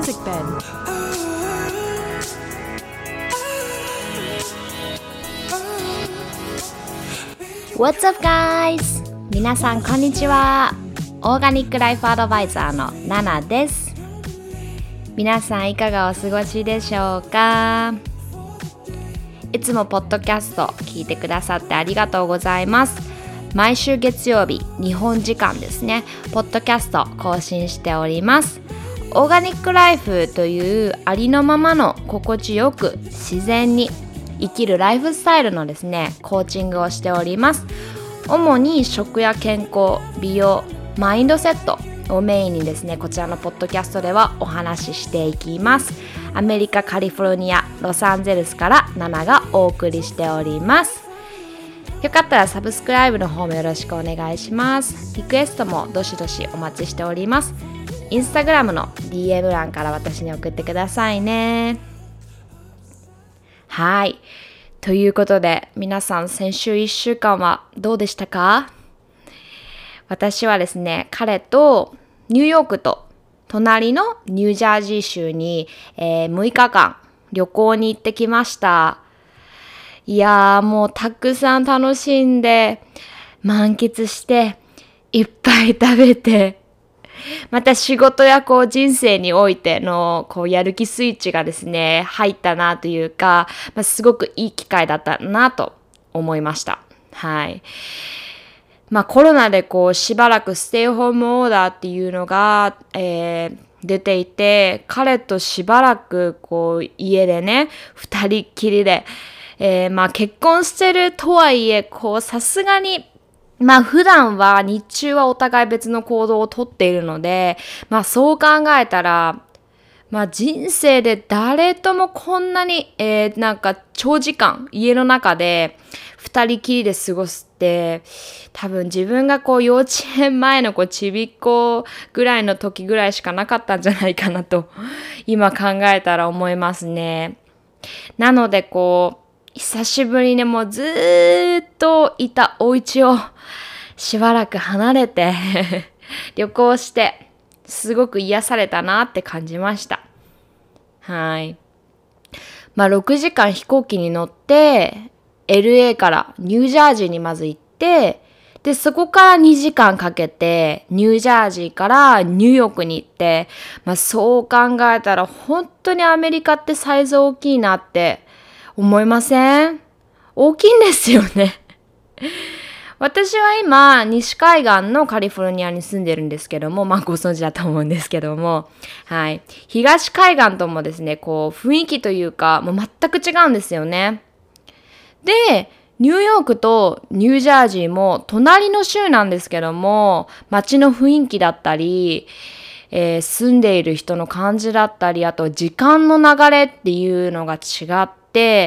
Music Ben. What's up guys? 皆さんこんにちは。オーガニックライフアドバイザーのナナです。皆さんいかがお過ごしでしょうか？いつもポッドキャスト聞いてくださってありがとうございます。毎週月曜日、日本時間ですね、ポッドキャスト更新しております。オーガニックライフというありのままの心地よく自然に生きるライフスタイルのですね、コーチングをしております。主に食や健康、美容、マインドセットをメインにですね、こちらのポッドキャストではお話ししていきます。アメリカカリフォルニアロサンゼルスからナナがお送りしております。よかったらサブスクライブの方もよろしくお願いします。リクエストもどしどしお待ちしております。インスタグラムの DM 欄から私に送ってくださいね。はい、ということで皆さん先週1週間はどうでしたか？私はですね、彼とニューヨークと隣のニュージャージー州に、6日間旅行に行ってきました。いやー、もうたくさん楽しんで満喫していっぱい食べて、また仕事や人生においてのやる気スイッチがですね入ったなというか、すごくいい機会だったなと思いました。はい。コロナでしばらくステイホームオーダーっていうのが、出ていて、彼としばらく家でね二人っきりで、結婚してるとはいえさすがに普段は日中はお互い別の行動をとっているので、そう考えたら、人生で誰ともこんなに、長時間家の中で二人きりで過ごすって、多分自分が幼稚園前のちびっこぐらいの時ぐらいしかなかったんじゃないかなと今考えたら思いますね。なので久しぶりにもうずーっといたお家をしばらく離れて旅行してすごく癒されたなって感じました。はい。6時間飛行機に乗って LA からニュージャージーにまず行って、でそこから2時間かけてニュージャージーからニューヨークに行って、そう考えたら本当にアメリカってサイズ大きいなって思いません？大きいんですよね。私は今西海岸のカリフォルニアに住んでるんですけども、ご存知だと思うんですけども、はい、東海岸ともですね雰囲気というかもう全く違うんですよね。でニューヨークとニュージャージーも隣の州なんですけども、街の雰囲気だったり、住んでいる人の感じだったり、あと時間の流れっていうのが違って、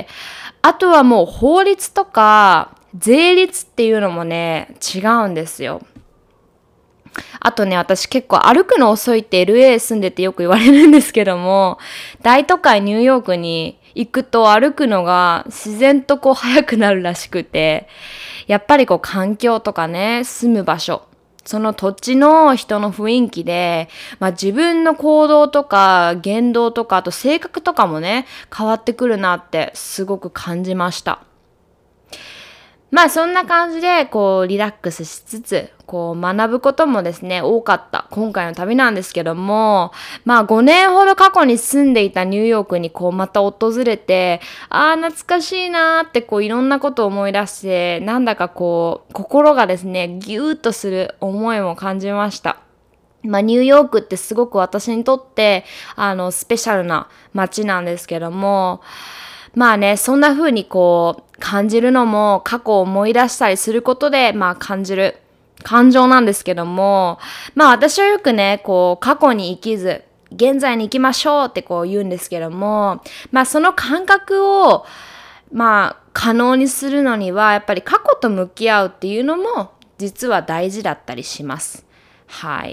あとはもう法律とか税率っていうのもね違うんですよ。あとね、私結構歩くの遅いって LA 住んでてよく言われるんですけども、大都会ニューヨークに行くと歩くのが自然と速くなるらしくて、やっぱり環境とかね、住む場所、その土地の人の雰囲気で、自分の行動とか言動とか、あと性格とかもね変わってくるなってすごく感じました。そんな感じでリラックスしつつ学ぶこともですね多かった今回の旅なんですけども、5年ほど過去に住んでいたニューヨークにまた訪れて、懐かしいなーっていろんなことを思い出して、なんだか心がですねギューッとする思いも感じました。ニューヨークってすごく私にとってスペシャルな街なんですけども、そんな風に感じるのも過去を思い出したりすることで感じる感情なんですけども、私はよくね過去に生きず現在に生きましょうって言うんですけども、その感覚を可能にするのにはやっぱり過去と向き合うっていうのも実は大事だったりします。はい。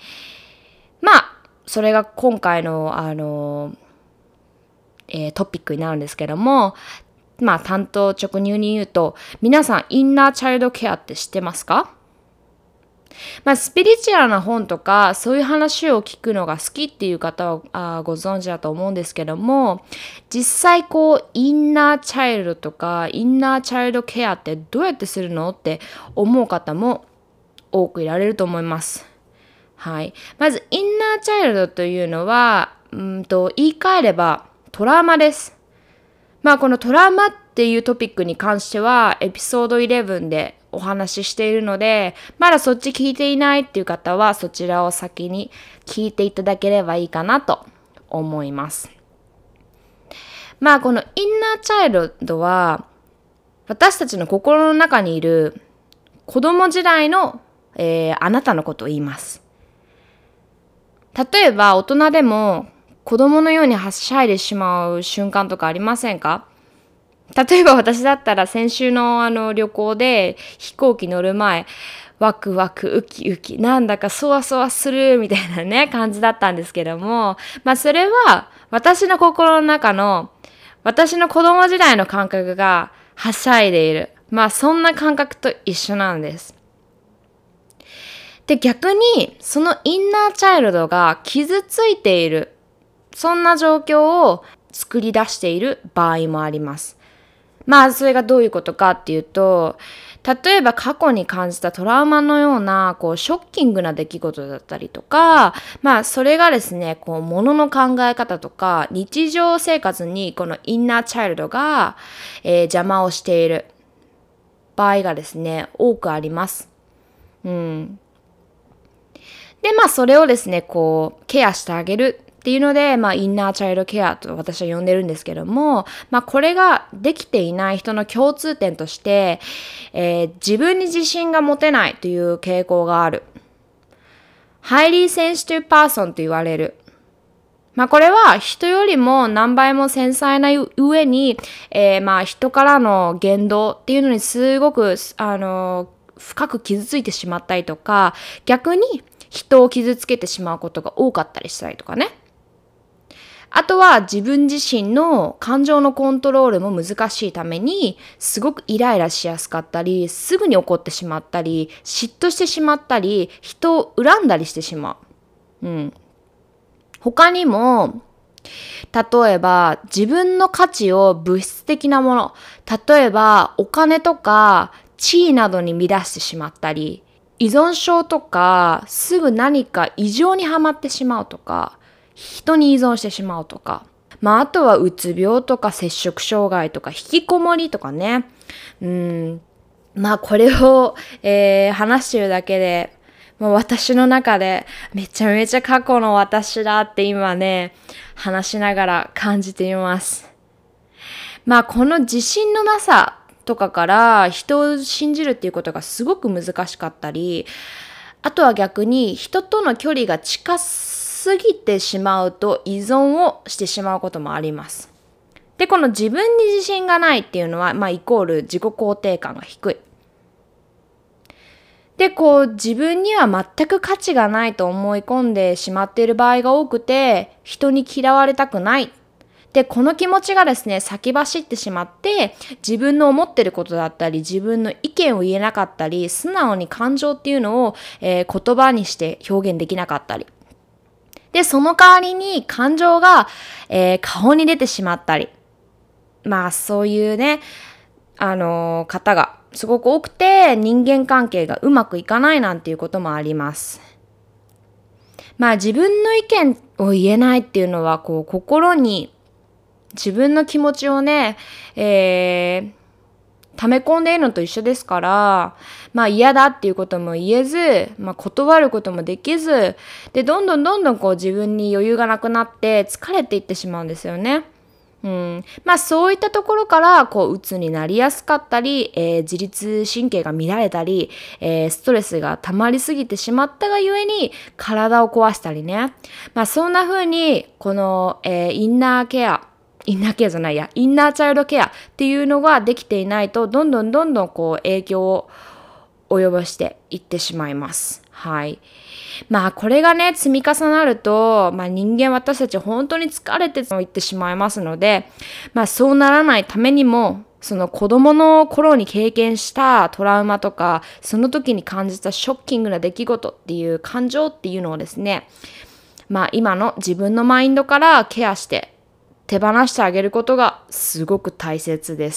それが今回のトピックになるんですけども、単刀直入に言うと、皆さんインナーチャイルドケアって知ってますか？ スピリチュアルな本とか、そういう話を聞くのが好きっていう方はご存知だと思うんですけども、実際インナーチャイルドとか、インナーチャイルドケアってどうやってするのって思う方も多くいられると思います。はい。まず、インナーチャイルドというのは、言い換えればトラウマです。このトラウマっていうトピックに関しては、エピソード11でお話ししているので、まだそっち聞いていないっていう方は、そちらを先に聞いていただければいいかなと思います。このインナーチャイルドは、私たちの心の中にいる子供時代の、あなたのことを言います。例えば、大人でも子供のようにはしゃいでしまう瞬間とかありませんか？例えば私だったら先週の旅行で飛行機乗る前、ワクワクウキウキなんだかそわそわするみたいなね感じだったんですけども、それは私の心の中の私の子供時代の感覚がはしゃいでいる。そんな感覚と一緒なんです。で、逆にそのインナーチャイルドが傷ついている、そんな状況を作り出している場合もあります。それがどういうことかっていうと、例えば過去に感じたトラウマのようなショッキングな出来事だったりとか、それがですね、物の考え方とか日常生活にこのインナーチャイルドが、邪魔をしている場合がですね、多くあります。で、それをですね、ケアしてあげるっていうので、インナーチャイルドケアと私は呼んでるんですけども、これができていない人の共通点として、自分に自信が持てないという傾向がある。highly sensitive person と言われる。これは人よりも何倍も繊細な上に、人からの言動っていうのにすごく、深く傷ついてしまったりとか、逆に人を傷つけてしまうことが多かったりしたりとかね。あとは自分自身の感情のコントロールも難しいために、すごくイライラしやすかったり、すぐに怒ってしまったり、嫉妬してしまったり、人を恨んだりしてしまう。他にも、例えば自分の価値を物質的なもの、例えばお金とか地位などに乱してしまったり、依存症とかすぐ何か異常にはまってしまうとか、人に依存してしまうとか、あとはうつ病とか摂食障害とか引きこもりとかね。これを、話してるだけで、もう私の中でめちゃめちゃ過去の私だって今ね、話しながら感じています。この自信のなさとかから人を信じるっていうことがすごく難しかったり、あとは逆に人との距離が近すぎてしまうと依存をしてしまうこともあります。で、この自分に自信がないっていうのは、イコール自己肯定感が低い。で、自分には全く価値がないと思い込んでしまっている場合が多くて、人に嫌われたくない。で、この気持ちがですね、先走ってしまって、自分の思ってることだったり、自分の意見を言えなかったり、素直に感情っていうのを、言葉にして表現できなかったり。で、その代わりに感情が、顔に出てしまったり。そういうね、方がすごく多くて、人間関係がうまくいかないなんていうこともあります。自分の意見を言えないっていうのは、心に自分の気持ちをね、溜め込んでいるのと一緒ですから、嫌だっていうことも言えず、断ることもできず、で、どんどん自分に余裕がなくなって疲れていってしまうんですよね。そういったところから、鬱になりやすかったり、自律神経が乱れたり、ストレスが溜まりすぎてしまったがゆえに、体を壊したりね。そんな風に、この、インナーチャイルドケアっていうのができていないと、どんどん影響を及ぼしていってしまいます。はい。これがね、積み重なると、人間私たち本当に疲れていってしまいますので、そうならないためにも、 その子供の頃に経験したトラウマとか、その時に感じたショッキングな出来事っていう感情っていうのをですね、今の自分のマインドからケアして手放してあげることがすごく大切です。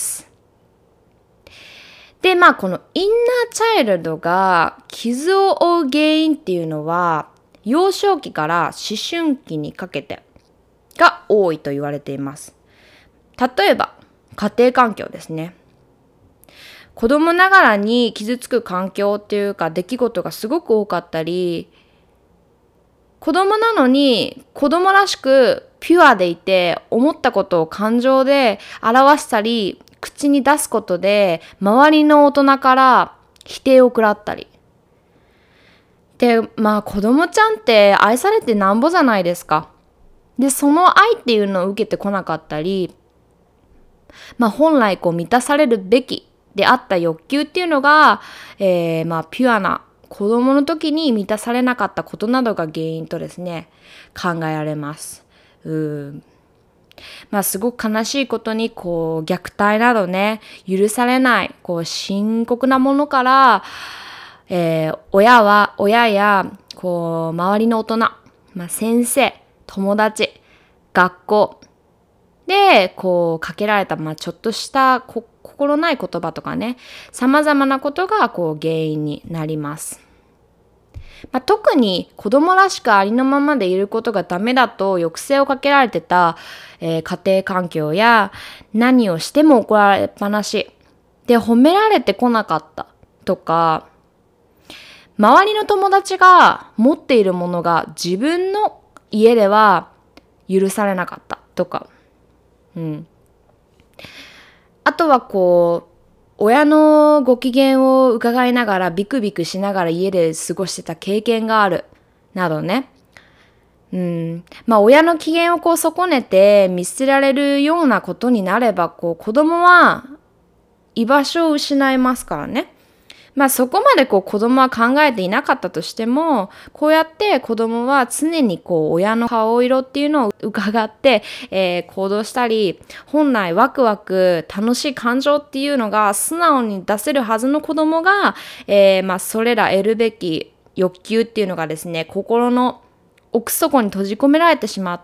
で、このインナーチャイルドが傷を負う原因っていうのは、幼少期から思春期にかけてが多いと言われています。例えば、家庭環境ですね。子供ながらに傷つく環境っていうか出来事がすごく多かったり、子供なのに子供らしくピュアでいて、思ったことを感情で表したり、口に出すことで周りの大人から否定を食らったり。で、子供ちゃんって愛されてなんぼじゃないですか。で、その愛っていうのを受けてこなかったり、本来満たされるべきであった欲求っていうのが、ピュアな子供の時に満たされなかったことなどが原因とですね、考えられます。すごく悲しいことに虐待などね、許されない深刻なものから、親や周りの大人、先生、友達、学校でかけられたちょっとした心ない言葉とかね、様々なことが原因になります。特に子供らしくありのままでいることがダメだと抑制をかけられてた、家庭環境や、何をしても怒られっぱなしで褒められてこなかったとか、周りの友達が持っているものが自分の家では許されなかったとか、あとは親のご機嫌を伺いながらビクビクしながら家で過ごしてた経験があるなどね。親の機嫌を損ねて見捨てられるようなことになれば子供は居場所を失いますからね。そこまで子供は考えていなかったとしても、こうやって子供は常に親の顔色っていうのを伺って、行動したり、本来ワクワク楽しい感情っていうのが素直に出せるはずの子供が、それら得るべき欲求っていうのがですね、心の奥底に閉じ込められてしまって、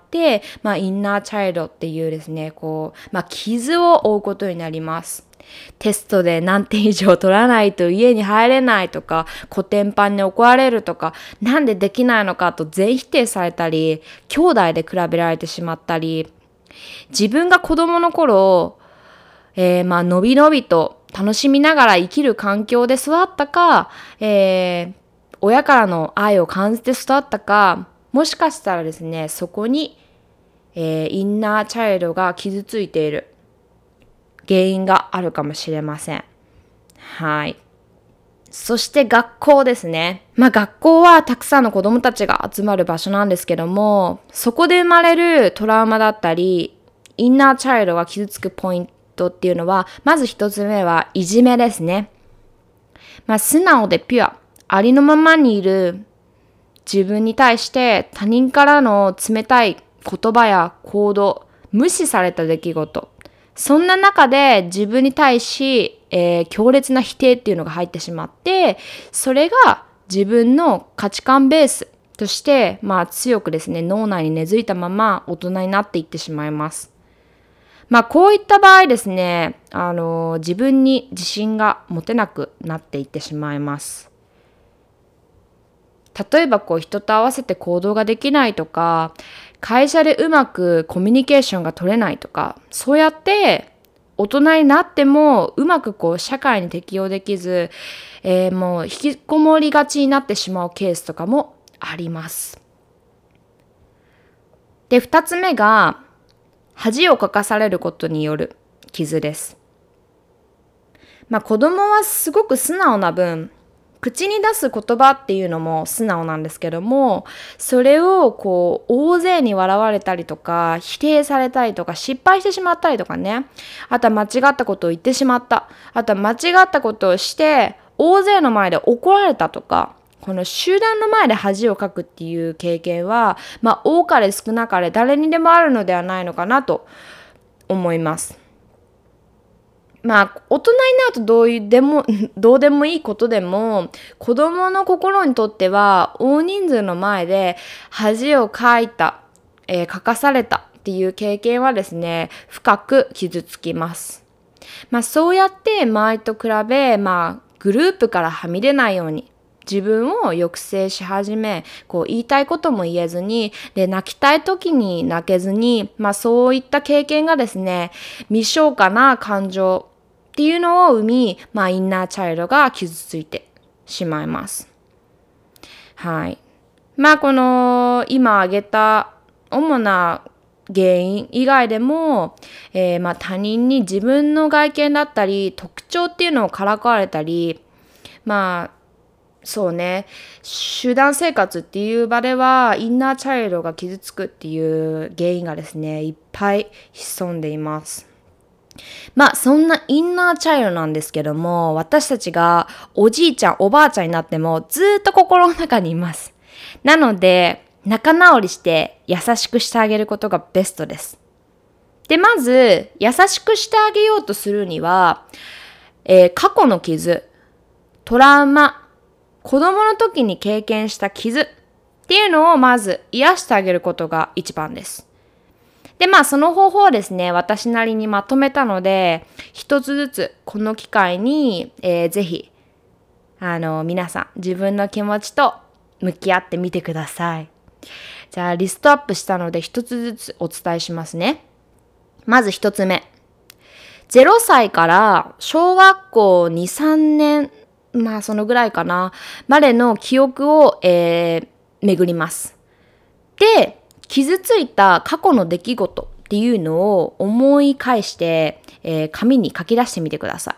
インナーチャイルドっていうですね、傷を負うことになります。テストで何点以上取らないと家に入れないとか、コテンパンに怒られるとか、なんでできないのかと全否定されたり、兄弟で比べられてしまったり、自分が子供の頃、のびのびと楽しみながら生きる環境で育ったか、親からの愛を感じて育ったか、もしかしたらですね、そこに、インナーチャイルドが傷ついている原因があるかもしれません。はい。そして学校ですね。学校はたくさんの子供たちが集まる場所なんですけども、そこで生まれるトラウマだったり、インナーチャイルドが傷つくポイントっていうのは、まず一つ目はいじめですね。素直でピュア、ありのままにいる自分に対して他人からの冷たい言葉や行動、無視された出来事、そんな中で自分に対し、強烈な否定っていうのが入ってしまって、それが自分の価値観ベースとして、強くですね、脳内に根付いたまま大人になっていってしまいます。こういった場合ですね、自分に自信が持てなくなっていってしまいます。例えば人と合わせて行動ができないとか、会社でうまくコミュニケーションが取れないとか、そうやって大人になってもうまく社会に適応できず、もう引きこもりがちになってしまうケースとかもあります。で、二つ目が恥をかかされることによる傷です。子供はすごく素直な分、口に出す言葉っていうのも素直なんですけども、それを大勢に笑われたりとか、否定されたりとか、失敗してしまったりとかね。あとは間違ったことを言ってしまった。あとは間違ったことをして、大勢の前で怒られたとか、この集団の前で恥をかくっていう経験は、多かれ少なかれ誰にでもあるのではないのかなと思います。 大人になるとどうでもいいことでも、子供の心にとっては、大人数の前で恥をかいた、かかされたっていう経験はですね、深く傷つきます。そうやって周りと比べ、グループからはみ出ないように、自分を抑制し始め、言いたいことも言えずに、で、泣きたい時に泣けずに、そういった経験がですね、未消化な感情っていうのを生み、インナーチャイルドが傷ついてしまいます。はい。この今挙げた主な原因以外でも、他人に自分の外見だったり特徴っていうのをからかわれたり、そうね、集団生活っていう場ではインナーチャイルドが傷つくっていう原因がですね、いっぱい潜んでいます。そんなインナーチャイルドなんですけども、私たちがおじいちゃんおばあちゃんになってもずっと心の中にいます。なので仲直りして優しくしてあげることがベストです。で、まず優しくしてあげようとするには、過去の傷、トラウマ、子供の時に経験した傷っていうのをまず癒してあげることが一番です。で、その方法をですね、私なりにまとめたので、一つずつこの機会に、ぜひ、皆さん自分の気持ちと向き合ってみてください。じゃあ、リストアップしたので一つずつお伝えしますね。まず一つ目。0歳から小学校2、3年、そのぐらいかな、までの記憶を、巡ります。で、傷ついた過去の出来事っていうのを思い返して、紙に書き出してみてくださ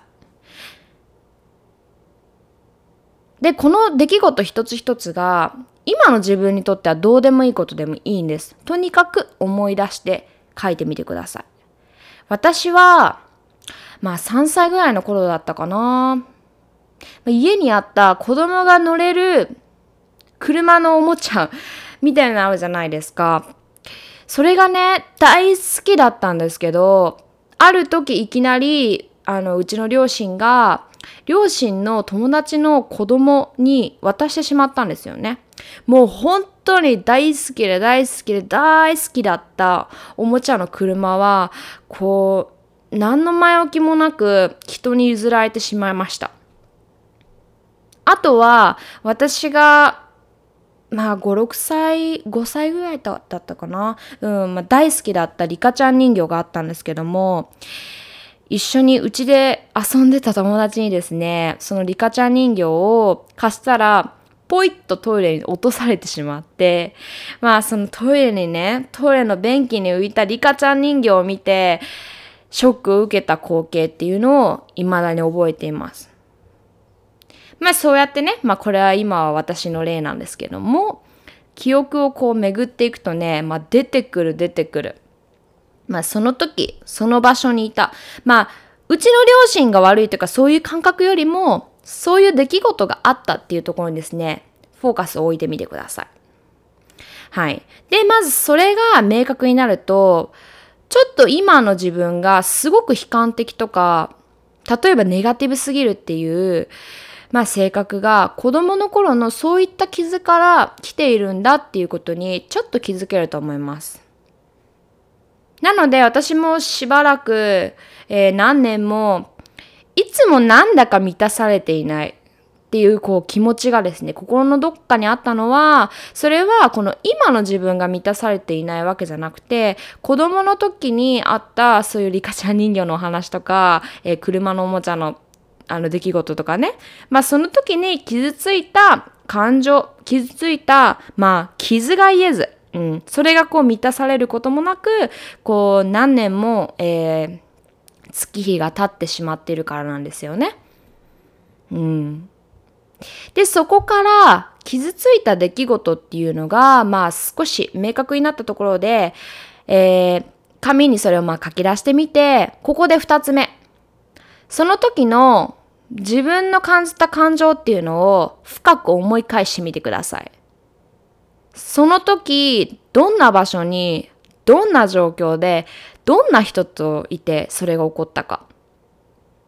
い。で、この出来事一つ一つが今の自分にとってはどうでもいいことでもいいんです。とにかく思い出して書いてみてください。私は3歳ぐらいの頃だったかな。家にあった子供が乗れる車のおもちゃみたいなのあるじゃないですか。それがね、大好きだったんですけど、ある時いきなり、うちの両親が、両親の友達の子供に渡してしまったんですよね。もう本当に大好きだったおもちゃの車は、何の前置きもなく人に譲られてしまいました。あとは、私が5、5歳ぐらいだったかな。大好きだったリカちゃん人形があったんですけども、一緒にうちで遊んでた友達にですね、そのリカちゃん人形を貸したら、ポイッとトイレに落とされてしまって、そのトイレの便器に浮いたリカちゃん人形を見て、ショックを受けた光景っていうのを未だに覚えています。そうやってね、これは今は私の例なんですけども、記憶を巡っていくとね、出てくる。その時、その場所にいた。うちの両親が悪いというかそういう感覚よりも、そういう出来事があったっていうところにですね、フォーカスを置いてみてください。はい。で、まずそれが明確になると、ちょっと今の自分がすごく悲観的とか、例えばネガティブすぎるっていう、性格が子供の頃のそういった傷から来ているんだっていうことにちょっと気づけると思います。なので私もしばらく、何年もいつもなんだか満たされていないっていう気持ちがですね、心のどっかにあったのは、それはこの今の自分が満たされていないわけじゃなくて、子供の時にあったそういうリカちゃん人形のお話とか、車のおもちゃの出来事とかね。その時に傷ついた感情、傷が癒えず、それが満たされることもなく、何年も、月日が経ってしまっているからなんですよね。で、そこから傷ついた出来事っていうのが、少し明確になったところで、紙にそれを書き出してみて、ここで2つ目。その時の自分の感じた感情っていうのを深く思い返してみてください。その時、どんな場所に、どんな状況で、どんな人といてそれが起こったか。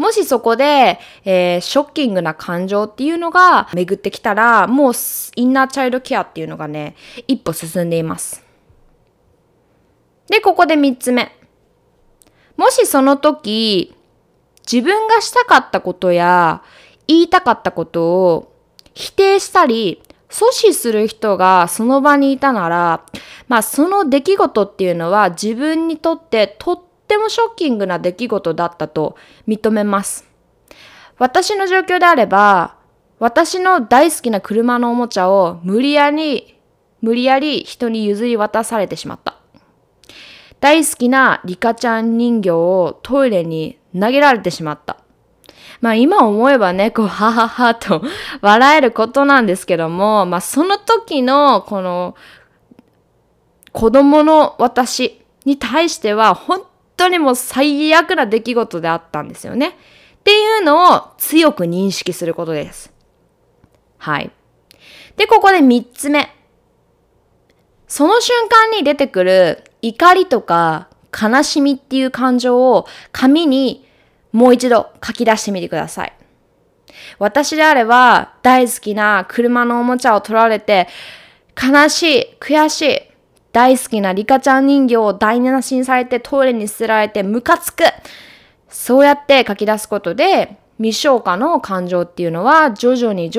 もしそこで、ショッキングな感情っていうのが巡ってきたら、もうインナーチャイルドケアっていうのがね、一歩進んでいます。で、ここで3つ目。もしその時、自分がしたかったことや言いたかったことを否定したり、阻止する人がその場にいたなら、その出来事っていうのは自分にとってとってもショッキングな出来事だったと認めます。私の状況であれば、私の大好きな車のおもちゃを無理やり人に譲り渡されてしまった。大好きなリカちゃん人形をトイレに投げられてしまった。今思えばね、はははと笑えることなんですけども、その時のこの子供の私に対しては本当にもう最悪な出来事であったんですよね。っていうのを強く認識することです。はい。で、ここで3つ目。その瞬間に出てくる怒りとか悲しみっていう感情を紙にもう一度書き出してみてください。私であれば大好きな車のおもちゃを取られて悲しい、悔しい、大好きなリカちゃん人形を台無しにされてトイレに捨てられてムカつく。そうやって書き出すことで未消化の感情っていうのは徐々に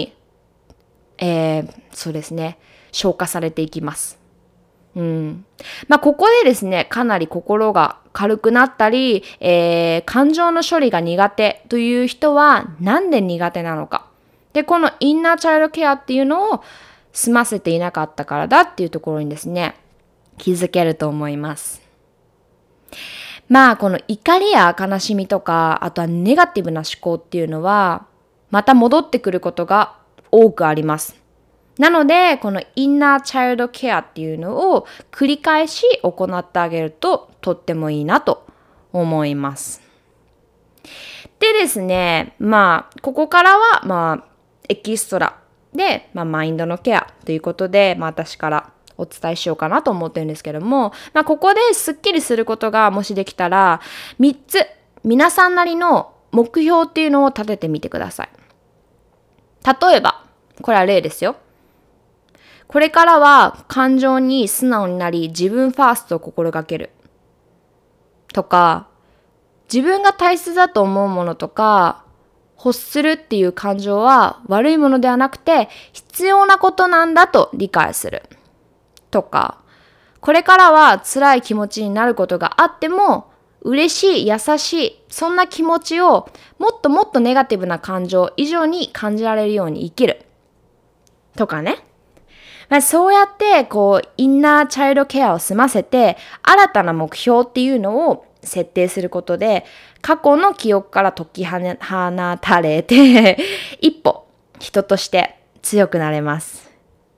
そうですね、消化されていきます。ここでですね、かなり心が軽くなったり、感情の処理が苦手という人はなんで苦手なのか。で、このインナーチャイルドケアっていうのを済ませていなかったからだっていうところにですね、気づけると思います。この怒りや悲しみとか、あとはネガティブな思考っていうのは、また戻ってくることが多くあります。なので、このインナーチャイルドケアっていうのを繰り返し行ってあげるととってもいいなと思います。でですね、ここからは、エキストラで、マインドのケアということで、私からお伝えしようかなと思ってるんですけども、ここですっきりすることがもしできたら、3つ、皆さんなりの目標っていうのを立ててみてください。例えば、これは例ですよ。これからは感情に素直になり自分ファーストを心がける。とか、自分が大切だと思うものとか、欲するっていう感情は悪いものではなくて必要なことなんだと理解する。とか、これからは辛い気持ちになることがあっても、嬉しい、優しい、そんな気持ちをもっともっとネガティブな感情以上に感じられるように生きる。とかね。そうやってインナーチャイルドケアを済ませて新たな目標っていうのを設定することで過去の記憶から解き放たれて一歩人として強くなれます。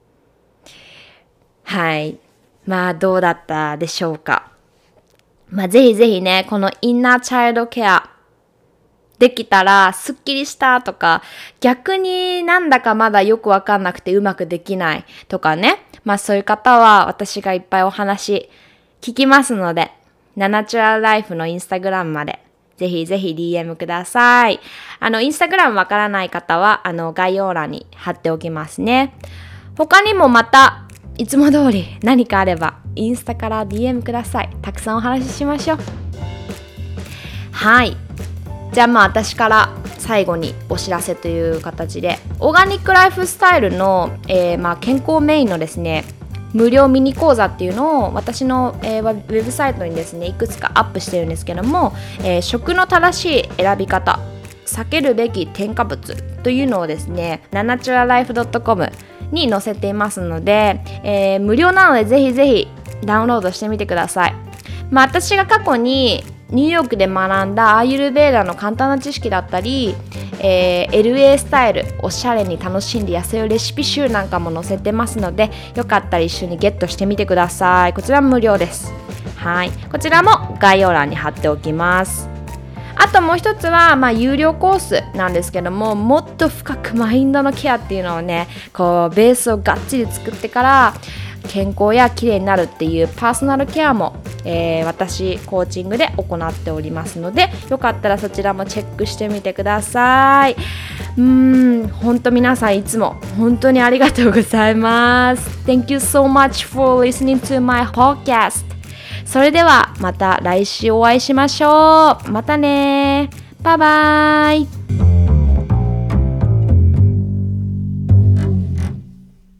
はい。どうだったでしょうか。ぜひぜひね、このインナーチャイルドケアできたらスッキリしたとか、逆になんだかまだよくわかんなくてうまくできないとかね。そういう方は私がいっぱいお話聞きますので、ナナチュラルライフのインスタグラムまでぜひぜひ DM ください。インスタグラムわからない方は概要欄に貼っておきますね。他にもまたいつも通り何かあればインスタから DM ください。たくさんお話ししましょう。はい。じゃあ私から最後にお知らせという形で、オーガニックライフスタイルの、健康メインのですね、無料ミニ講座っていうのを私の、ウェブサイトにですねいくつかアップしてるんですけども、食の正しい選び方、避けるべき添加物というのをですね naturalife.com に載せていますので、無料なのでぜひぜひダウンロードしてみてください。私が過去にニューヨークで学んだアーユルヴェーダの簡単な知識だったり、LA スタイルおしゃれに楽しんで痩せるレシピ集なんかも載せてますので、よかったら一緒にゲットしてみてください。こちら無料です。はい、こちらも概要欄に貼っておきます。あともう一つは、有料コースなんですけども、もっと深くマインドのケアっていうのをね、ベースをがっちり作ってから健康や綺麗になるっていうパーソナルケアも、 私コーチングで行っておりますので、よかったらそちらもチェックしてみてください。本当皆さんいつも本当にありがとうございます。Thank you so much for listening to my podcast。それではまた来週お会いしましょう。またね。バイバイ。